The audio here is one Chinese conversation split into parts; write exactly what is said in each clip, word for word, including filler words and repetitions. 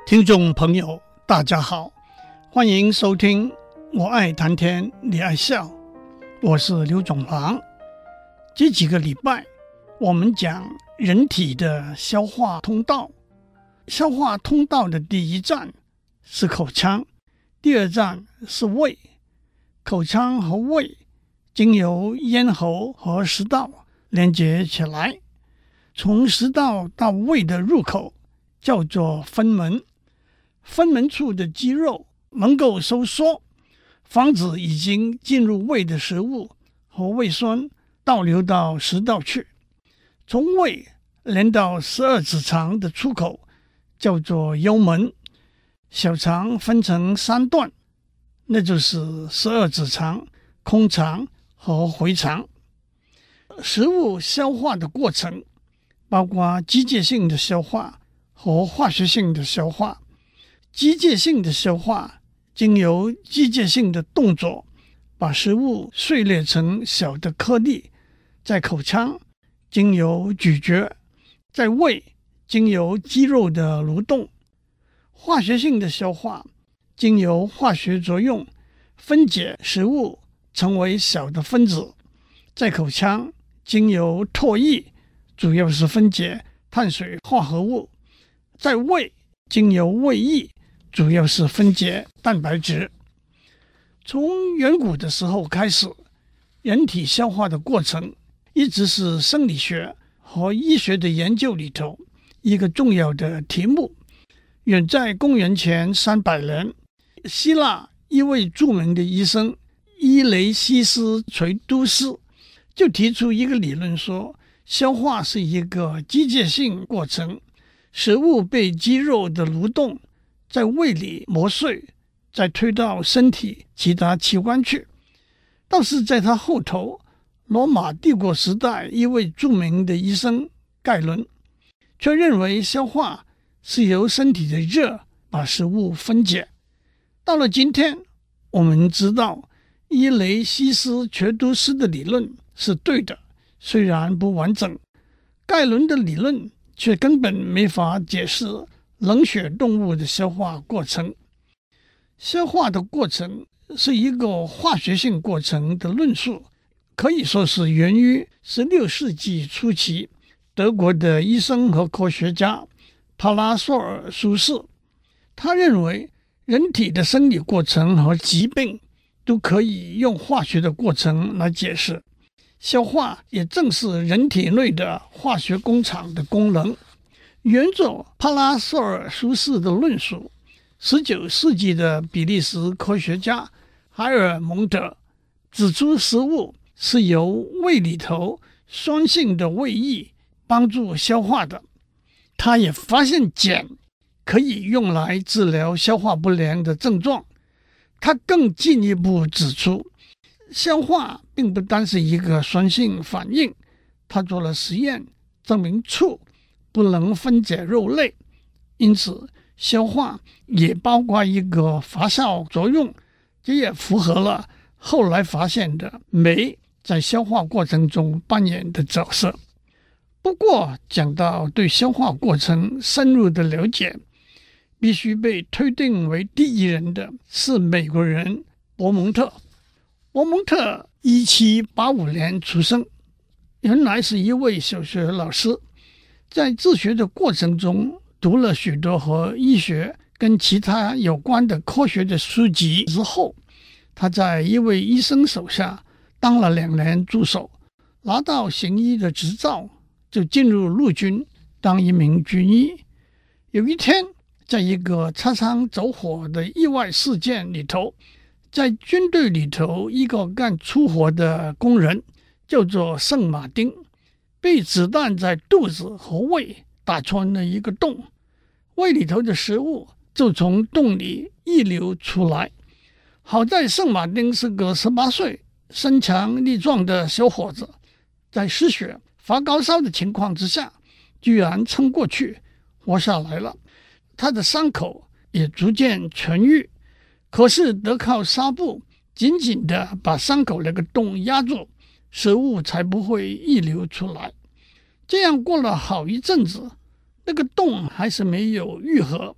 听众朋友大家好，欢迎收听我爱谈天你爱笑，我是刘总郎。这几个礼拜我们讲人体的消化通道，消化通道的第一站是口腔，第二站是胃。口腔和胃经由咽喉和食道连接起来，从食道到胃的入口叫做贲门。贲门处的肌肉能够收缩，防止已经进入胃的食物和胃酸倒流到食道去。从胃连到十二指肠的出口叫做幽门。小肠分成三段，那就是十二指肠、空肠和回肠。食物消化的过程包括机械性的消化和化学性的消化。机械性的消化经由机械性的动作把食物碎裂成小的颗粒，在口腔经由咀嚼，在胃经由肌肉的蠕动。化学性的消化经由化学作用分解食物成为小的分子，在口腔经由唾液，主要是分解碳水化合物，在胃经由胃液，主要是分解蛋白质。从远古的时候开始，人体消化的过程一直是生理学和医学的研究里头一个重要的题目。远在公元前三百年，希腊一位著名的医生伊雷西斯垂都斯就提出一个理论，说消化是一个机械性过程，食物被肌肉的蠕动在胃里磨碎，再推到身体其他器官去。倒是在他后头，罗马帝国时代一位著名的医生盖伦却认为消化是由身体的热把食物分解。到了今天，我们知道伊雷西斯垂都斯的理论是对的，虽然不完整，盖伦的理论却根本没法解释冷血动物的消化过程。消化的过程是一个化学性过程的论述，可以说是源于十六世纪初期德国的医生和科学家帕拉索尔苏士。他认为人体的生理过程和疾病都可以用化学的过程来解释，消化也正是人体内的化学工厂的功能。沿着帕拉索尔苏士的论述，十九世纪的比利时科学家海尔蒙德指出食物是由胃里头酸性的胃液帮助消化的。他也发现碱可以用来治疗消化不良的症状。他更进一步指出，消化并不单是一个酸性反应。他做了实验证明醋不能分解肉类，因此消化也包括一个发酵作用，这也符合了后来发现的酶在消化过程中扮演的角色。不过讲到对消化过程深入的了解，必须被推定为第一人的是美国人伯蒙特。伯蒙特一七八五年出生，原来是一位小学老师，在自学的过程中读了许多和医学跟其他有关的科学的书籍之后，他在一位医生手下当了两年助手，拿到行医的执照，就进入陆军当一名军医。有一天，在一个擦枪走火的意外事件里头，在军队里头一个干粗活的工人叫做圣马丁，被子弹在肚子和胃打穿了一个洞，胃里头的食物就从洞里溢流出来。好在圣马丁是个十八岁身强力壮的小伙子，在失血发高烧的情况之下，居然撑过去活下来了。他的伤口也逐渐痊愈，可是得靠纱布紧紧地把伤口那个洞压住，食物才不会溢流出来。这样过了好一阵子，那个洞还是没有愈合。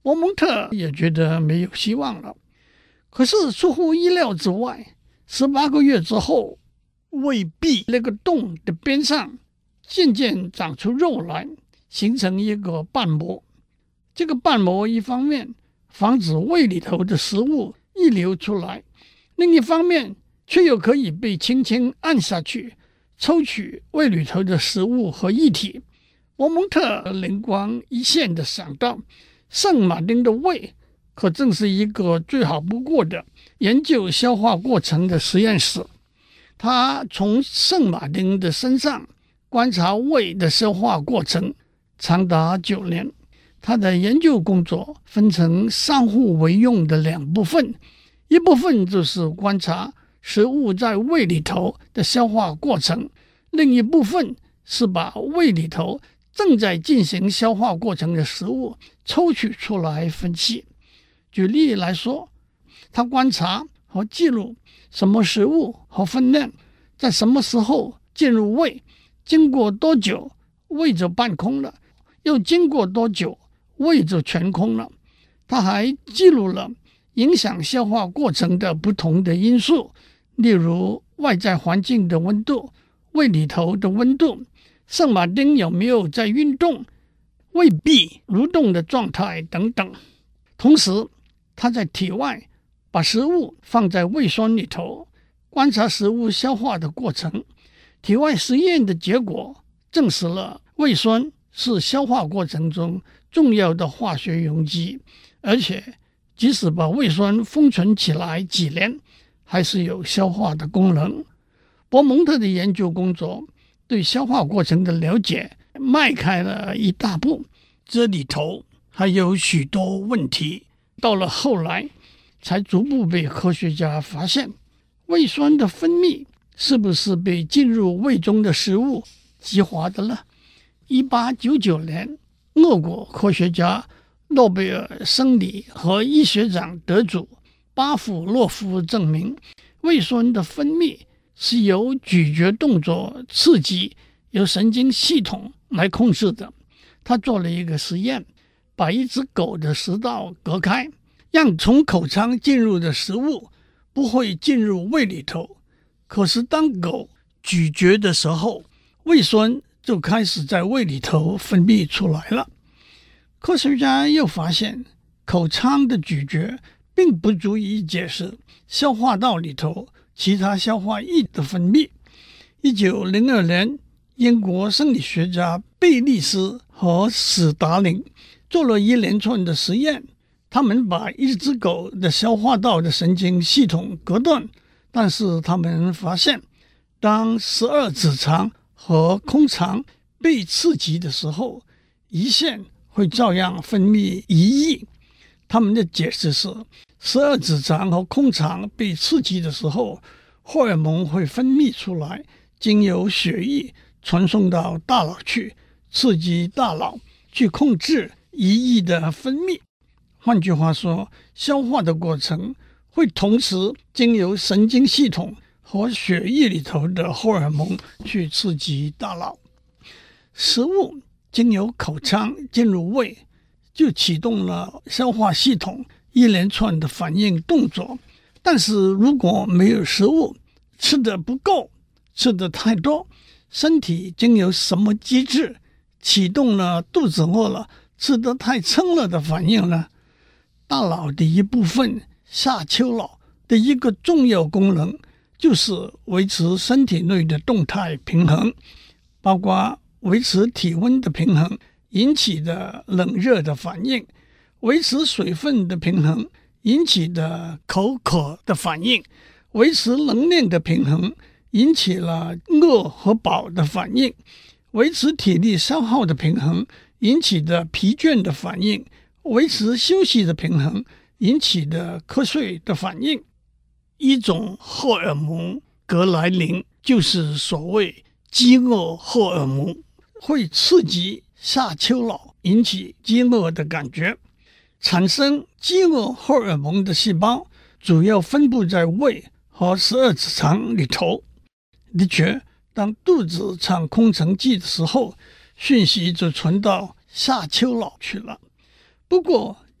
伯蒙特也觉得没有希望了。可是出乎意料之外，十八个月之后，胃壁那个洞的边上渐渐长出肉来，形成一个瓣膜。这个瓣膜一方面防止胃里头的食物溢流出来，另一方面却又可以被轻轻按下去，抽取胃里头的食物和液体。伯蒙特灵光一现地想到，圣马丁的胃可正是一个最好不过的研究消化过程的实验室。他从圣马丁的身上观察胃的消化过程长达九年。他的研究工作分成相互为用的两部分，一部分就是观察食物在胃里头的消化过程，另一部分是把胃里头正在进行消化过程的食物抽取出来分析。举例来说，他观察和记录什么食物和分量在什么时候进入胃，经过多久胃就半空了，又经过多久胃就全空了。他还记录了影响消化过程的不同的因素，例如外在环境的温度、胃里头的温度、圣马丁有没有在运动、胃壁蠕动的状态等等。同时他在体外把食物放在胃酸里头，观察食物消化的过程。体外实验的结果证实了胃酸是消化过程中重要的化学溶剂，而且即使把胃酸封存起来几年，还是有消化的功能。伯蒙特的研究工作对消化过程的了解迈开了一大步，这里头还有许多问题，到了后来才逐步被科学家发现。胃酸的分泌是不是被进入胃中的食物激化的呢？一八九九年，俄国科学家诺贝尔生理和医学奖得主巴甫洛夫证明，胃酸的分泌是由咀嚼动作刺激由神经系统来控制的。他做了一个实验，把一只狗的食道隔开，让从口腔进入的食物不会进入胃里头。可是当狗咀嚼的时候，胃酸就开始在胃里头分泌出来了。科学家又发现，口腔的咀嚼并不足以解释消化道里头其他消化液的分泌。一九零二年，英国生理学家贝利斯和史达林做了一连串的实验，他们把一只狗的消化道的神经系统隔断，但是他们发现，当十二指肠和空肠被刺激的时候，胰腺会照样分泌胰液。他们的解释是，十二指肠和空肠被刺激的时候，荷尔蒙会分泌出来，经由血液传送到大脑去，刺激大脑去控制胰液的分泌。换句话说，消化的过程会同时经由神经系统和血液里头的荷尔蒙去刺激大脑。食物经由口腔进入胃，就启动了消化系统一连串的反应动作。但是如果没有食物，吃得不够，吃得太多，身体经由什么机制启动了肚子饿了、吃得太撑了的反应呢？大脑的一部分下丘脑的一个重要功能就是维持身体内的动态平衡，包括维持体温的平衡引起的冷热的反应，维持水分的平衡引起的口渴的反应，维持能量的平衡引起了饿和饱的反应，维持体力消耗的平衡引起的疲倦的反应，维持休息的平衡引起的瞌睡的反应。一种荷尔蒙格莱林就是所谓饥饿荷尔蒙，会刺激下丘脑，引起饥饿的感觉。产生饥饿荷尔蒙的细胞主要分布在胃和十二指肠里头。的确，当肚子产空城计的时候，讯息就传到下丘脑去了。不过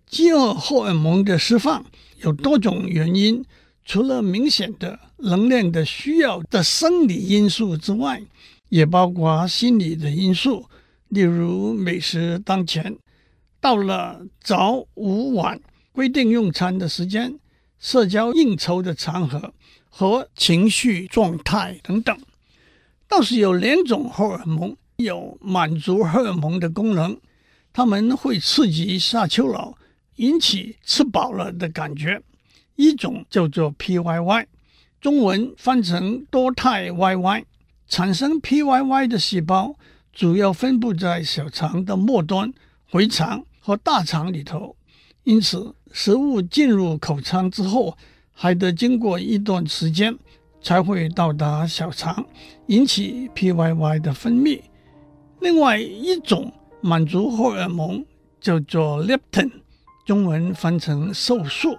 饥饿荷尔蒙的释放有多种原因，除了明显的能量的需要的生理因素之外，也包括心理的因素，例如美食当前，到了早午晚规定用餐的时间，社交应酬的场合和情绪状态等等。倒是有两种荷尔蒙有满足荷尔蒙的功能，它们会刺激下丘脑，引起吃饱了的感觉。一种叫做 P Y Y， 中文翻成多肽 Y Y。 产生 P Y Y 的细胞主要分布在小肠的末端、回肠和大肠里头，因此食物进入口腔之后，还得经过一段时间才会到达小肠，引起 P Y Y 的分泌。另外一种满足荷尔蒙叫做 leptin， 中文翻成瘦素。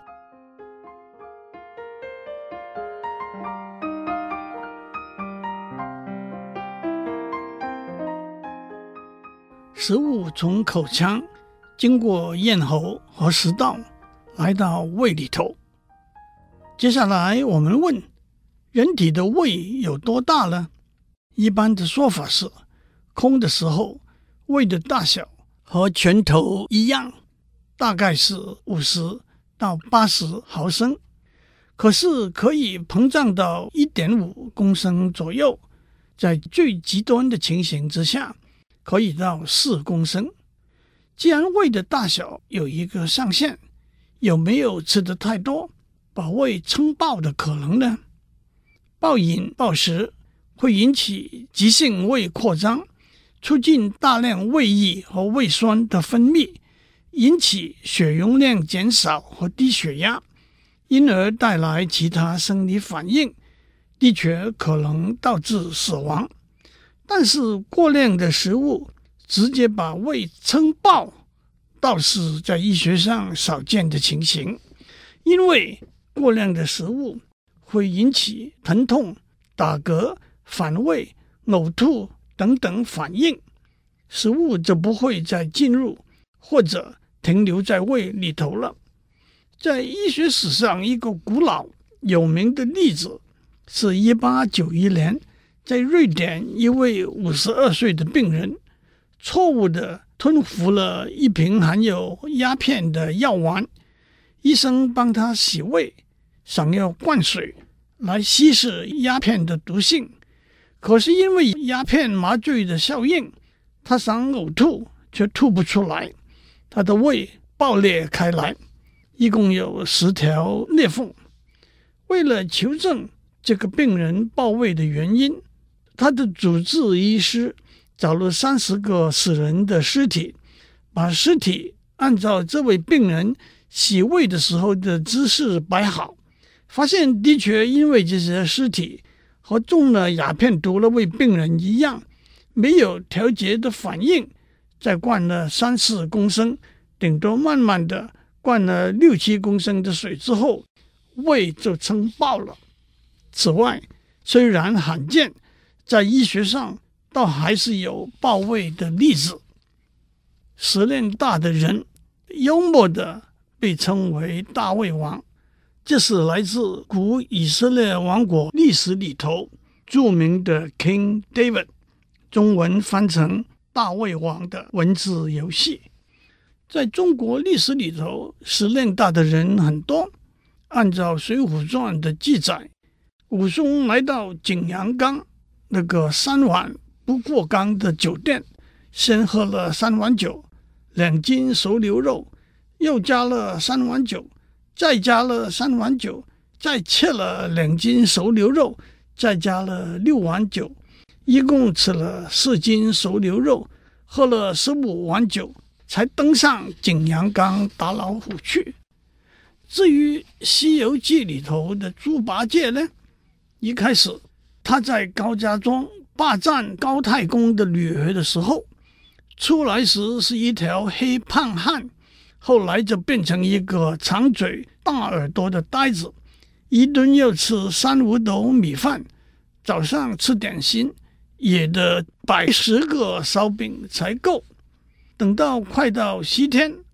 食物从口腔经过咽喉和食道来到胃里头。接下来我们问，人体的胃有多大呢？一般的说法是，空的时候胃的大小和拳头一样，大概是五十到八十毫升，可是可以膨胀到 一点五公升左右，在最极端的情形之下可以到四公升。既然胃的大小有一个上限，有没有吃得太多把胃撑爆的可能呢？暴饮暴食会引起急性胃扩张，促进大量胃液和胃酸的分泌，引起血容量减少和低血压，因而带来其他生理反应，的确可能导致死亡。但是过量的食物直接把胃撑爆，倒是在医学上少见的情形，因为过量的食物会引起疼痛、打嗝、反胃、呕吐等等反应，食物就不会再进入或者停留在胃里头了。在医学史上，一个古老有名的例子是一八九一年在瑞典一位五十二岁的病人错误地吞服了一瓶含有鸦片的药丸，医生帮他洗胃，想要灌水来稀释鸦片的毒性，可是因为鸦片麻醉的效应，他想呕吐却吐不出来，他的胃爆裂开来，一共有十条裂缝。为了求证这个病人爆胃的原因，他的主治医师找了三十个死人的尸体，把尸体按照这位病人洗胃的时候的姿势摆好，发现的确因为这些尸体和中了鸦片毒那位病人一样，没有调节的反应，再灌了三四公升，顶多慢慢的灌了六七公升的水之后，胃就撑爆了。此外，虽然罕见，在医学上倒还是有爆胃的例子。食量大的人幽默的被称为大胃王，这是来自古以色列王国历史里头著名的 King David， 中文翻成大胃王的文字游戏。在中国历史里头，食量大的人很多。按照《水浒传》的记载，武松来到景阳冈那个三碗不过冈的酒店，先喝了三碗酒，两斤熟牛肉，又加了三碗酒，再加了三碗酒，再切了两斤熟牛肉，再加了六碗酒，一共吃了四斤熟牛肉，喝了十五碗酒，才登上景阳冈打老虎去。至于《西游记》里头的猪八戒呢，一开始他在高家庄霸占高太公的女儿的时候，出来时是一条黑胖汉，后来就变成一个长嘴大耳朵的呆子，一顿要吃三五斗米饭，早上吃点心也得摆十个烧饼才够。等到快到西天，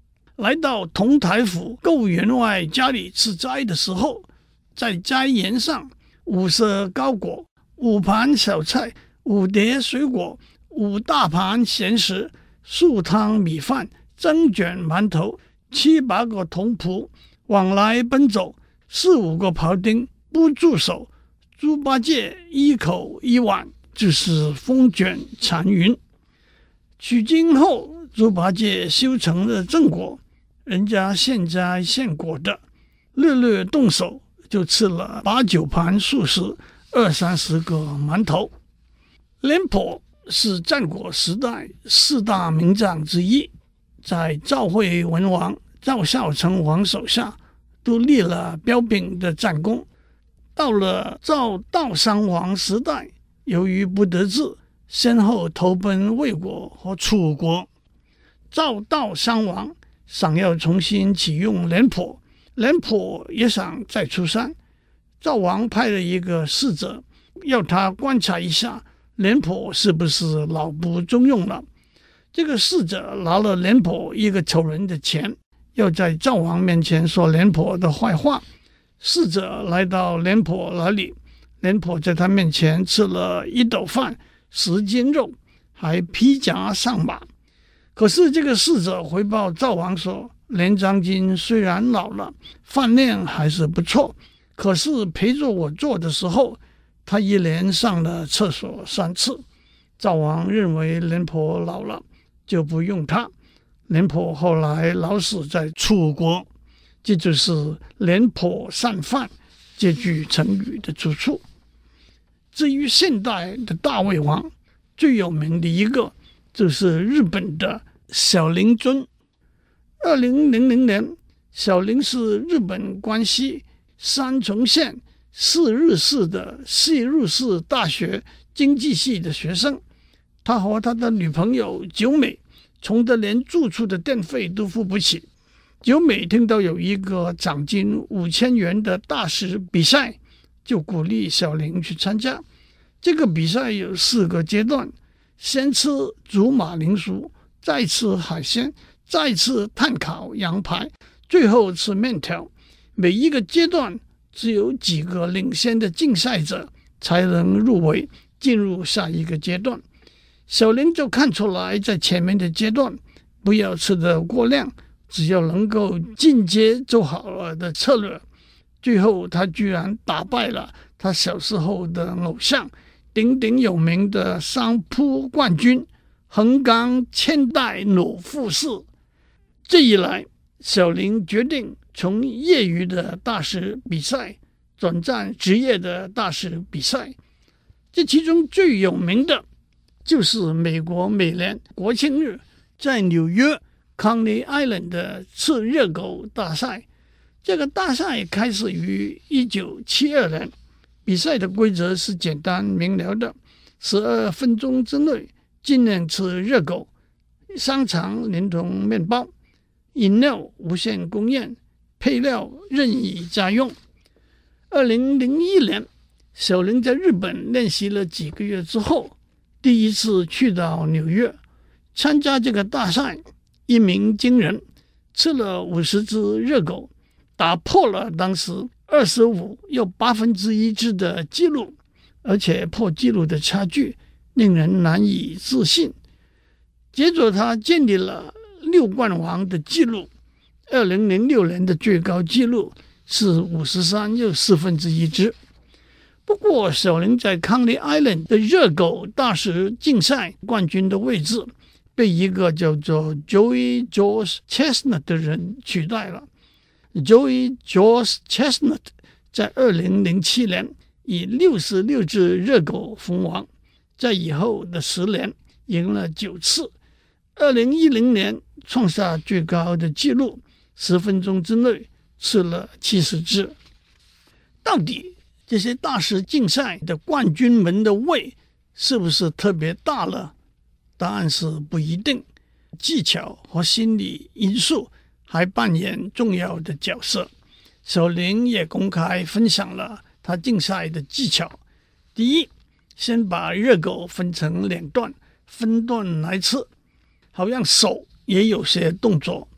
来到同台府购员外家里吃斋的时候，在斋筵上五色糕果，五盘小菜，五碟水果，五大盘咸食，数汤米饭，蒸卷馒头，七八个童仆往来奔走，四五个庖丁不住手，猪八戒一口一碗，就是风卷残云。取经后，猪八戒修成了正果，人家现摘现果的，略略动手就吃了八九盘素食，二三十个馒头。廉颇是战国时代四大名将之一，在赵惠文王、赵孝成王手下都立了彪炳的战功。到了赵悼襄王时代，由于不得志，先后投奔魏国和楚国。赵悼襄王想要重新启用廉颇，廉颇也想再出山。赵王派了一个使者，要他观察一下廉颇是不是老不中用了。这个使者拿了廉颇一个仇人的钱，要在赵王面前说廉颇的坏话。使者来到廉颇那里，廉颇在他面前吃了一斗饭，十斤肉，还披甲上马。可是这个使者回报赵王说，廉将军虽然老了，饭量还是不错，可是陪着我坐的时候，他一连上了厕所三次。赵王认为廉颇老了，就不用他。廉颇后来老死在楚国，这就是廉颇善饭这句成语的出处。至于现代的大胃王，最有名的一个就是日本的小林尊。二零零零年，小林是日本关西三重县四日市的西入市大学经济系的学生。他和他的女朋友久美穷得连住处的电费都付不起。久美听到有一个奖金五千元的大使比赛，就鼓励小林去参加。这个比赛有四个阶段，先吃煮马铃薯，再吃海鲜，再吃炭烤羊排，最后吃面条。每一个阶段只有几个领先的竞赛者才能入围，进入下一个阶段。小林就看出来，在前面的阶段不要吃得过量，只要能够进阶就好了的策略。最后他居然打败了他小时候的偶像，鼎鼎有名的相扑冠军横纲千代鲁富士。这一来，小林决定从业余的大使比赛转战职业的大使比赛。这其中最有名的就是美国美联国庆日在纽约 Coney Island 的吃热狗大赛。这个大赛开始于一九七二年，比赛的规则是简单明了的，十二分钟之内尽量吃热狗，香肠连同面包，饮料无限供应，配料任意加用。二零零一年，小林在日本练习了几个月之后，第一次去到纽约参加这个大赛，一鸣惊人，吃了五十只热狗，打破了当时二十五又八分之一只的纪录，而且破纪录的差距令人难以置信。接着他建立了六冠王的纪录，二零零六年的最高纪录是五十三又四分之一只。不过小林在 Coney Island 的热狗大使竞赛冠军的位置被一个叫做 Joey George Chestnut 的人取代了。Joey George Chestnut 在二零零七年以六十六只热狗封王，在以后的十年赢了九次。二零一零年创下最高的纪录，十分钟之内吃了七十只。到底这些大使竞赛的冠军们的胃是不是特别大了？答案是不一定，技巧和心理因素还扮演重要的角色。小林也公开分享了他竞赛的技巧。第一，先把热狗分成两段，分段来吃，好让手也有些动作。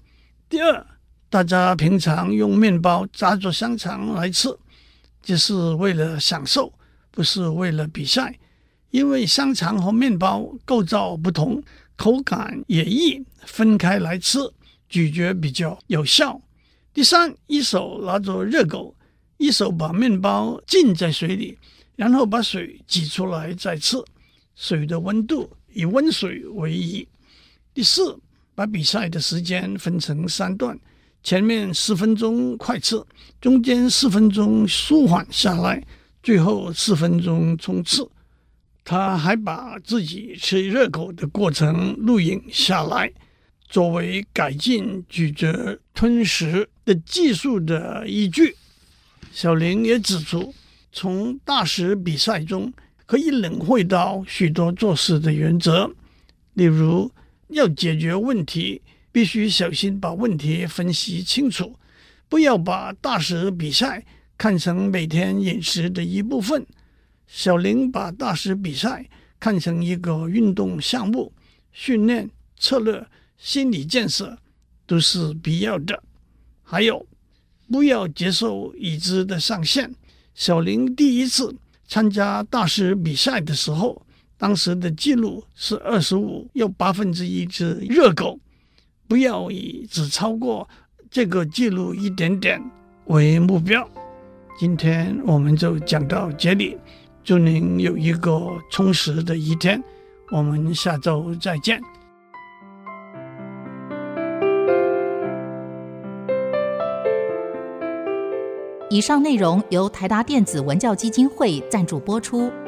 第二，大家平常用面包扎着香肠来吃，这是为了享受，不是为了比赛，因为香肠和面包构造不同，口感也异，分开来吃，咀嚼比较有效。第三，一手拿着热狗，一手把面包浸在水里，然后把水挤出来再吃，水的温度以温水为宜。第四，把比赛的时间分成三段，前面四分钟快吃，中间四分钟舒缓下来，最后四分钟冲刺。他还把自己吃热狗的过程录影下来，作为改进咀嚼吞食的技术的依据。小林也指出，从大食比赛中可以领会到许多做事的原则，例如要解决问题，必须小心把问题分析清楚，不要把大食比赛看成每天饮食的一部分。小林把大食比赛看成一个运动项目，训练、策略、心理建设都是必要的。还有，不要接受已知的上限。小林第一次参加大食比赛的时候，当时的记录是二十五又八分之一只热狗，不要以只超过这个记录一点点为目标。今天我们就讲到这里，祝您有一个充实的一天，我们下周再见。 以上内容由台达电子文教基金会赞助播出。